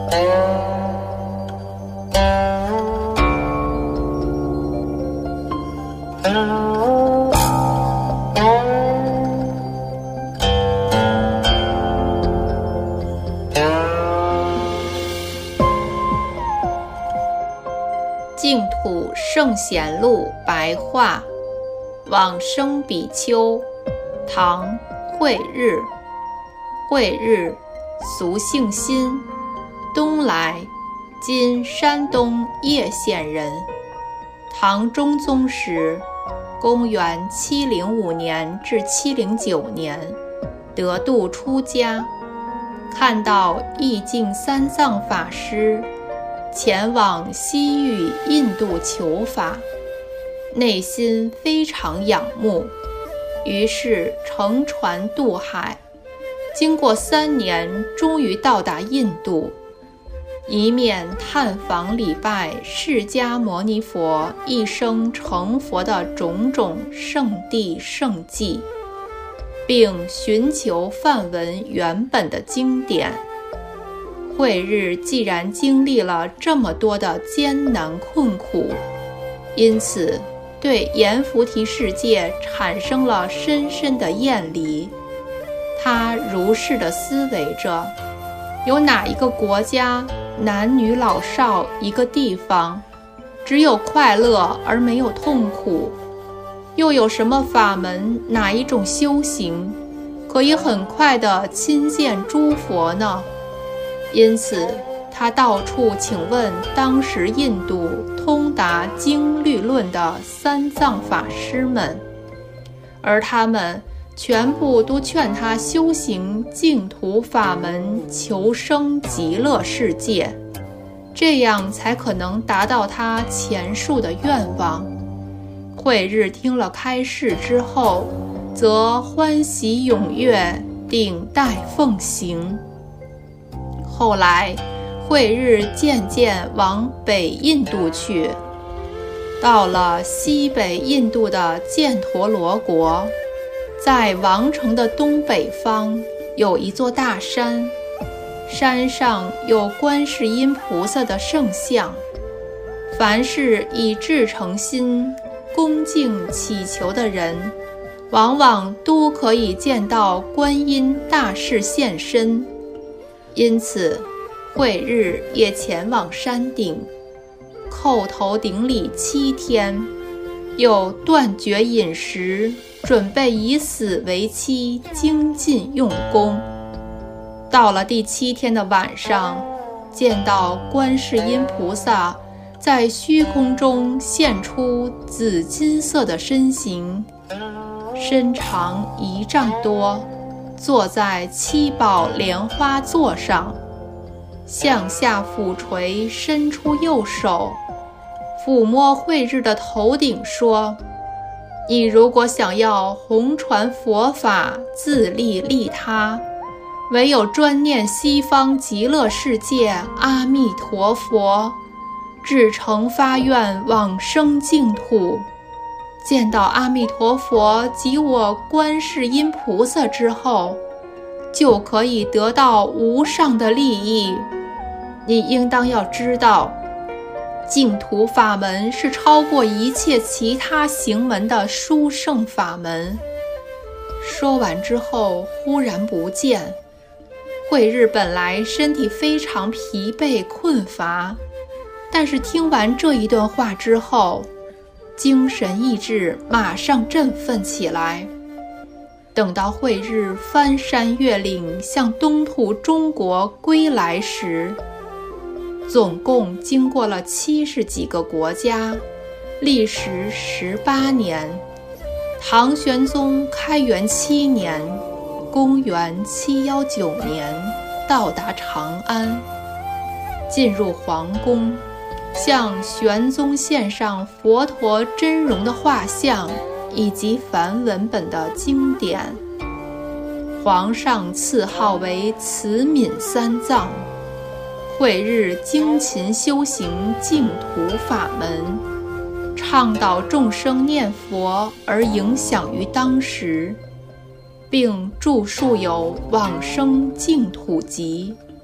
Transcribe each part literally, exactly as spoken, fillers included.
净土圣贤录白话，往生比丘，唐，慧日。慧日，俗姓辛，东来，今山东叶县人。唐中宗时，公元七零五年至七零九年，得度出家，看到义净三藏法师前往西域印度求法，内心非常仰慕，于是乘船渡海，经过三年，终于到达印度，一面探访礼拜释迦牟尼佛一生成佛的种种圣地圣迹，并寻求梵文原本的经典。慧日既然经历了这么多的艰难困苦，因此对阎浮提世界产生了深深的厌离。他如是地思维着，有哪一个国家男女老少一个地方只有快乐而没有痛苦？又有什么法门，哪一种修行可以很快地亲见诸佛呢？因此他到处请问当时印度通达经律论的三藏法师们，而他们全部都劝他修行净土法门，求生极乐世界，这样才可能达到他前述的愿望。慧日听了开示之后，则欢喜踊跃，顶戴奉行。后来慧日渐渐往北印度去，到了西北印度的犍陀罗国，在王城的东北方有一座大山，山上有观世音菩萨的圣像，凡是以至诚心恭敬祈求的人，往往都可以见到观音大士现身。因此慧日也前往山顶，叩头顶礼七天，又断绝饮食，准备以死为期，精进用功。到了第七天的晚上，见到观世音菩萨在虚空中现出紫金色的身形，身长一丈多，坐在七宝莲花座上，向下抚垂，伸出右手抚摸慧日的头顶，说：你如果想要弘传佛法，自利利他，唯有专念西方极乐世界阿弥陀佛，至诚发愿往生净土，见到阿弥陀佛及我观世音菩萨之后，就可以得到无上的利益。你应当要知道，净土法门是超过一切其他行门的殊胜法门。说完之后忽然不见。慧日本来身体非常疲惫困乏，但是听完这一段话之后，精神意志马上振奋起来。等到慧日翻山越岭向东土中国归来时，总共经过了七十几个国家，历时十八年。唐玄宗开元七年，公元七一九年，到达长安，进入皇宫，向玄宗献上佛陀真容的画像以及梵文本的经典。皇上赐号为慈悯三藏。慧日精勤修行净土法门，倡导众生念佛而影响于当时，并著述有《往生净土集》，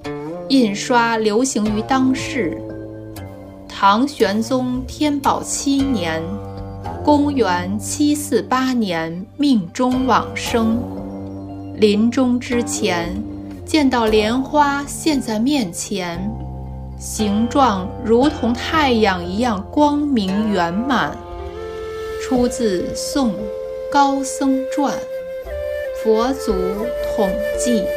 印刷流行于当世。唐玄宗天宝七年，公元七四八年命中往生。临终之前，见到莲花现在面前，形状如同太阳一样光明圆满。出自《宋高僧传》，佛祖统记。